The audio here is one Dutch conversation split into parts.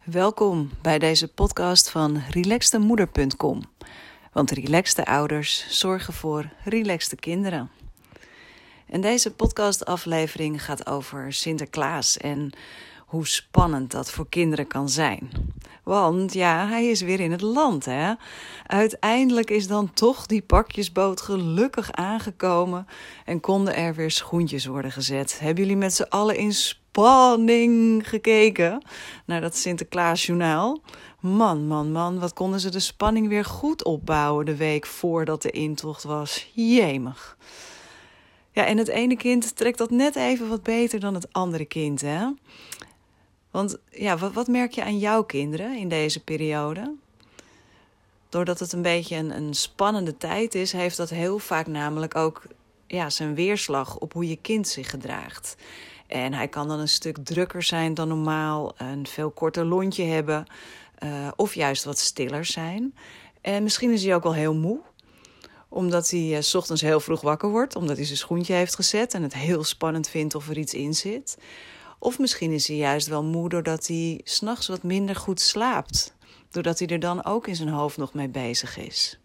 Welkom bij deze podcast van relaxtemoeder.com. Want relaxte ouders zorgen voor relaxte kinderen. En deze podcastaflevering gaat over Sinterklaas en hoe spannend dat voor kinderen kan zijn. Want ja, hij is weer in het land, hè. Uiteindelijk is dan toch die pakjesboot gelukkig aangekomen en konden er weer schoentjes worden gezet. Hebben jullie met z'n allen in spanning gekeken naar dat Sinterklaasjournaal? Man, wat konden ze de spanning weer goed opbouwen de week voordat de intocht was. Jemig. Ja, en het ene kind trekt dat net even wat beter dan het andere kind, hè. Want ja, wat merk je aan jouw kinderen in deze periode? Doordat het een beetje een spannende tijd is, heeft dat heel vaak namelijk ook zijn weerslag op hoe je kind zich gedraagt. En hij kan dan een stuk drukker zijn dan normaal, een veel korter lontje hebben of juist wat stiller zijn. En misschien is hij ook wel heel moe, omdat hij 's ochtends heel vroeg wakker wordt, omdat hij zijn schoentje heeft gezet en het heel spannend vindt of er iets in zit. Of misschien is hij juist wel moe doordat hij 's nachts wat minder goed slaapt. Doordat hij er dan ook in zijn hoofd nog mee bezig is.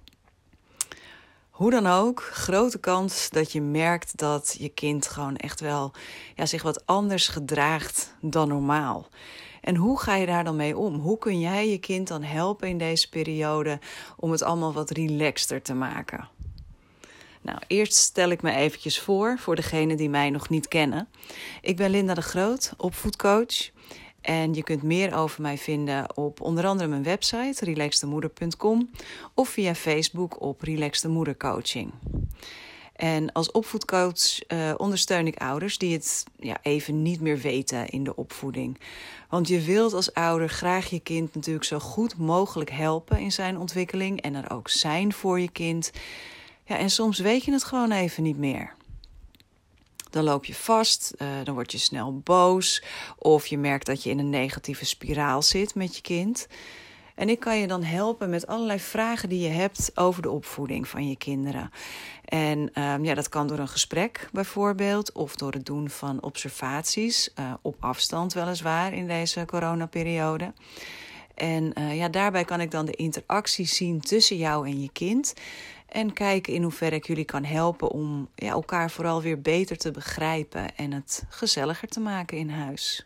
Hoe dan ook, grote kans dat je merkt dat je kind gewoon echt wel zich wat anders gedraagt dan normaal. En hoe ga je daar dan mee om? Hoe kun jij je kind dan helpen in deze periode om het allemaal wat relaxter te maken? Nou, eerst stel ik me eventjes voor degenen die mij nog niet kennen. Ik ben Linda de Groot, opvoedcoach. En je kunt meer over mij vinden op onder andere mijn website, relaxtemoeder.com, of via Facebook op Relaxte Moedercoaching. En als opvoedcoach ondersteun ik ouders die het even niet meer weten in de opvoeding. Want je wilt als ouder graag je kind natuurlijk zo goed mogelijk helpen in zijn ontwikkeling en er ook zijn voor je kind. Ja, en soms weet je het gewoon even niet meer. Dan loop je vast, dan word je snel boos of je merkt dat je in een negatieve spiraal zit met je kind. En ik kan je dan helpen met allerlei vragen die je hebt over de opvoeding van je kinderen. En dat kan door een gesprek bijvoorbeeld of door het doen van observaties, op afstand weliswaar in deze coronaperiode. En daarbij kan ik dan de interactie zien tussen jou en je kind. En kijken in hoeverre ik jullie kan helpen om elkaar vooral weer beter te begrijpen en het gezelliger te maken in huis.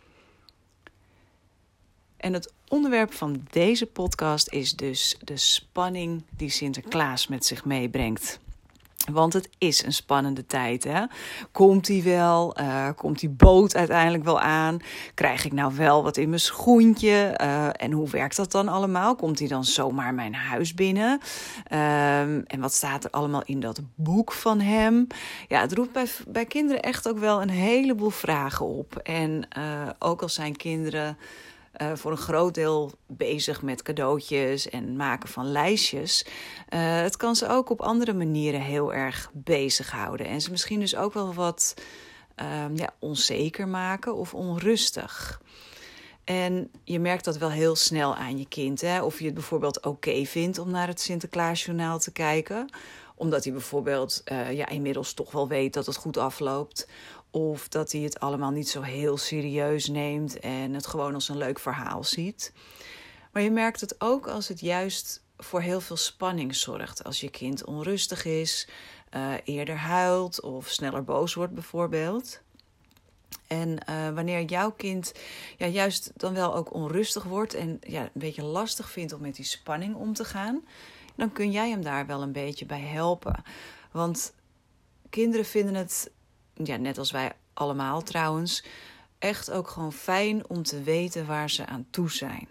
En het onderwerp van deze podcast is dus de spanning die Sinterklaas met zich meebrengt. Want het is een spannende tijd, hè? Komt hij wel? Komt die boot uiteindelijk wel aan? Krijg ik nou wel wat in mijn schoentje? En hoe werkt dat dan allemaal? Komt hij dan zomaar mijn huis binnen? En wat staat er allemaal in dat boek van hem? Ja, het roept bij kinderen echt ook wel een heleboel vragen op. En ook al zijn kinderen voor een groot deel bezig met cadeautjes en maken van lijstjes. Het kan ze ook op andere manieren heel erg bezighouden. En ze misschien dus ook wel wat onzeker maken of onrustig. En je merkt dat wel heel snel aan je kind. Hè? Of je het bijvoorbeeld oké vindt om naar het Sinterklaasjournaal te kijken. Omdat hij bijvoorbeeld inmiddels toch wel weet dat het goed afloopt. Of dat hij het allemaal niet zo heel serieus neemt en het gewoon als een leuk verhaal ziet. Maar je merkt het ook als het juist voor heel veel spanning zorgt. Als je kind onrustig is, eerder huilt of sneller boos wordt bijvoorbeeld. En wanneer jouw kind juist dan wel ook onrustig wordt en een beetje lastig vindt om met die spanning om te gaan, dan kun jij hem daar wel een beetje bij helpen. Want kinderen vinden het, net als wij allemaal trouwens, echt ook gewoon fijn om te weten waar ze aan toe zijn.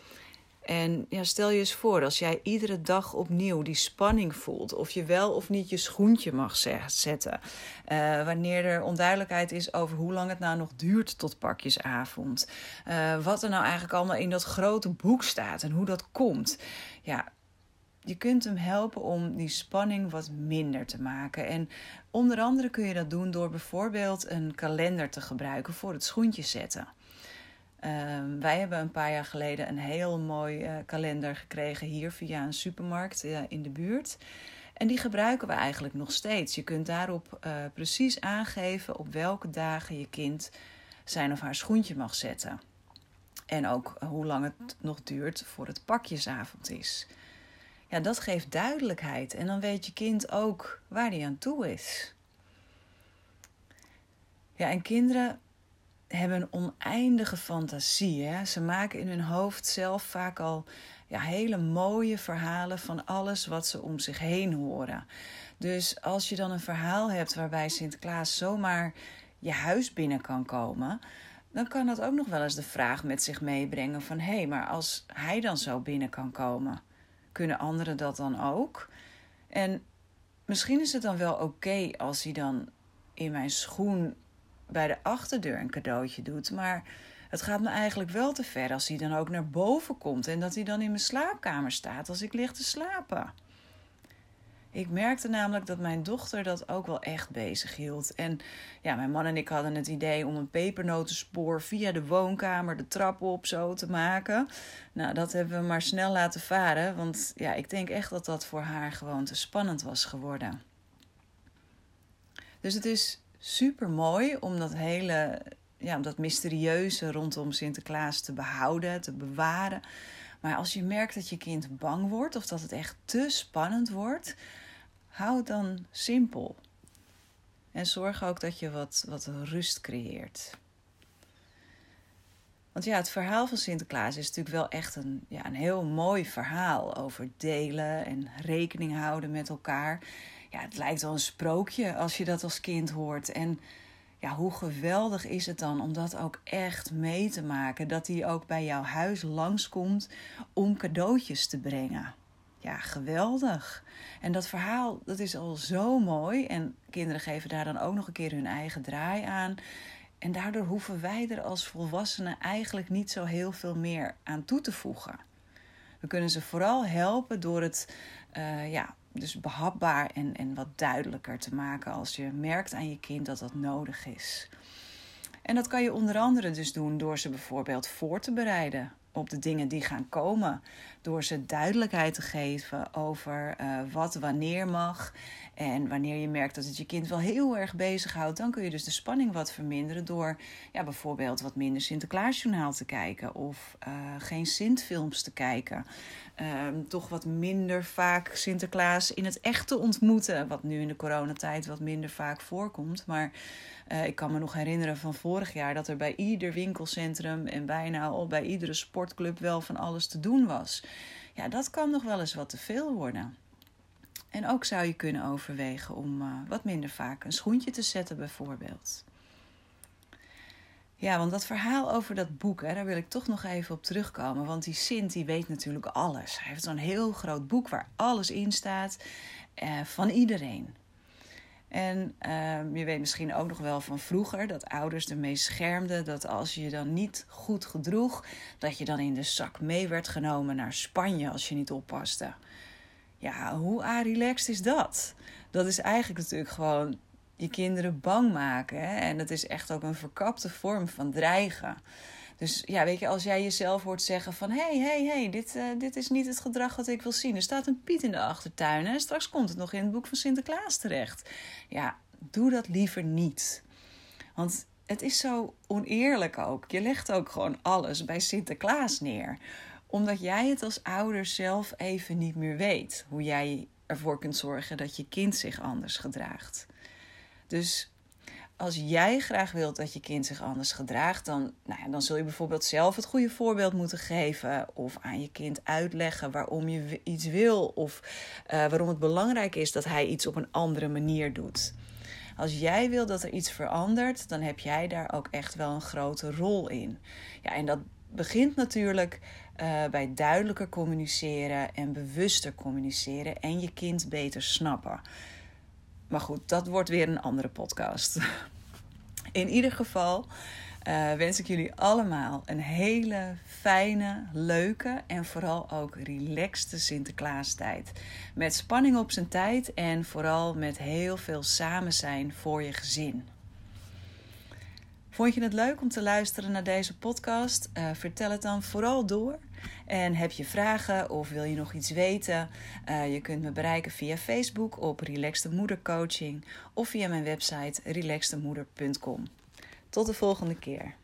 En stel je eens voor, als jij iedere dag opnieuw die spanning voelt, of je wel of niet je schoentje mag zetten. Wanneer er onduidelijkheid is over hoe lang het nou nog duurt tot pakjesavond. Wat er nou eigenlijk allemaal in dat grote boek staat en hoe dat komt. Ja, je kunt hem helpen om die spanning wat minder te maken. En onder andere kun je dat doen door bijvoorbeeld een kalender te gebruiken voor het schoentje zetten. Wij hebben een paar jaar geleden een heel mooi kalender gekregen hier via een supermarkt in de buurt. En die gebruiken we eigenlijk nog steeds. Je kunt daarop precies aangeven op welke dagen je kind zijn of haar schoentje mag zetten. En ook hoe lang het nog duurt voor het pakjesavond is. Ja, dat geeft duidelijkheid. En dan weet je kind ook waar hij aan toe is. Ja, en kinderen hebben een oneindige fantasie. Hè? Ze maken in hun hoofd zelf vaak al hele mooie verhalen van alles wat ze om zich heen horen. Dus als je dan een verhaal hebt waarbij Sinterklaas zomaar je huis binnen kan komen, dan kan dat ook nog wel eens de vraag met zich meebrengen van maar als hij dan zo binnen kan komen, kunnen anderen dat dan ook? En misschien is het dan wel oké als hij dan in mijn schoen bij de achterdeur een cadeautje doet, maar het gaat me eigenlijk wel te ver als hij dan ook naar boven komt en dat hij dan in mijn slaapkamer staat als ik lig te slapen. Ik merkte namelijk dat mijn dochter dat ook wel echt bezig hield. En mijn man en ik hadden het idee om een pepernotenspoor via de woonkamer de trap op zo te maken. Nou, dat hebben we maar snel laten varen, want ik denk echt dat dat voor haar gewoon te spannend was geworden. Dus het is super mooi om dat mysterieuze rondom Sinterklaas te behouden, te bewaren. Maar als je merkt dat je kind bang wordt of dat het echt te spannend wordt, hou het dan simpel. En zorg ook dat je wat rust creëert. Want het verhaal van Sinterklaas is natuurlijk wel echt een heel mooi verhaal over delen en rekening houden met elkaar. Ja, het lijkt wel een sprookje als je dat als kind hoort. En hoe geweldig is het dan om dat ook echt mee te maken. Dat hij ook bij jouw huis langskomt om cadeautjes te brengen. Ja, geweldig. En dat verhaal, dat is al zo mooi. En kinderen geven daar dan ook nog een keer hun eigen draai aan. En daardoor hoeven wij er als volwassenen eigenlijk niet zo heel veel meer aan toe te voegen. We kunnen ze vooral helpen door het dus behapbaar en wat duidelijker te maken als je merkt aan je kind dat dat nodig is. En dat kan je onder andere dus doen door ze bijvoorbeeld voor te bereiden op de dingen die gaan komen. Door ze duidelijkheid te geven over wat wanneer mag. En wanneer je merkt dat het je kind wel heel erg bezighoudt, dan kun je dus de spanning wat verminderen door bijvoorbeeld wat minder Sinterklaasjournaal te kijken of geen Sintfilms te kijken. Toch wat minder vaak Sinterklaas in het echt te ontmoeten, wat nu in de coronatijd wat minder vaak voorkomt. Maar ik kan me nog herinneren van vorig jaar dat er bij ieder winkelcentrum en bijna al bij iedere sportclub wel van alles te doen was. Ja, dat kan nog wel eens wat te veel worden. En ook zou je kunnen overwegen om wat minder vaak een schoentje te zetten bijvoorbeeld. Ja, want dat verhaal over dat boek, daar wil ik toch nog even op terugkomen. Want die Sint, die weet natuurlijk alles. Hij heeft zo'n heel groot boek waar alles in staat van iedereen. En je weet misschien ook nog wel van vroeger dat ouders ermee schermden dat als je je dan niet goed gedroeg, dat je dan in de zak mee werd genomen naar Spanje als je niet oppaste. Ja, hoe relaxed is dat? Dat is eigenlijk natuurlijk gewoon je kinderen bang maken. Hè? En dat is echt ook een verkapte vorm van dreigen. Dus weet je, als jij jezelf hoort zeggen van hey, dit is niet het gedrag wat ik wil zien. Er staat een Piet in de achtertuin en straks komt het nog in het boek van Sinterklaas terecht. Ja, doe dat liever niet. Want het is zo oneerlijk ook. Je legt ook gewoon alles bij Sinterklaas neer. Omdat jij het als ouder zelf even niet meer weet. Hoe jij ervoor kunt zorgen dat je kind zich anders gedraagt. Dus als jij graag wilt dat je kind zich anders gedraagt, dan zul je bijvoorbeeld zelf het goede voorbeeld moeten geven. Of aan je kind uitleggen waarom je iets wil. Of waarom het belangrijk is dat hij iets op een andere manier doet. Als jij wil dat er iets verandert, dan heb jij daar ook echt wel een grote rol in. Ja, en dat begint natuurlijk bij duidelijker communiceren en bewuster communiceren en je kind beter snappen. Maar goed, dat wordt weer een andere podcast. In ieder geval wens ik jullie allemaal een hele fijne, leuke en vooral ook relaxte Sinterklaastijd. Met spanning op zijn tijd en vooral met heel veel samen zijn voor je gezin. Vond je het leuk om te luisteren naar deze podcast? Vertel het dan vooral door. En heb je vragen of wil je nog iets weten? Je kunt me bereiken via Facebook op Relaxte Moeder Coaching of via mijn website relaxtemoeder.com. Tot de volgende keer.